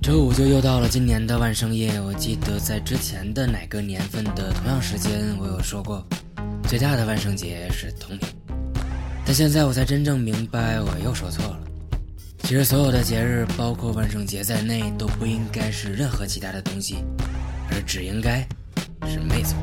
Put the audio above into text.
周五就又到了今年的万圣夜，我记得在之前的哪个年份的同样时间，我有说过，最大的万圣节是童年。但现在我才真正明白，我又说错了。其实所有的节日，包括万圣节在内，都不应该是任何其他的东西，而只应该是妹子。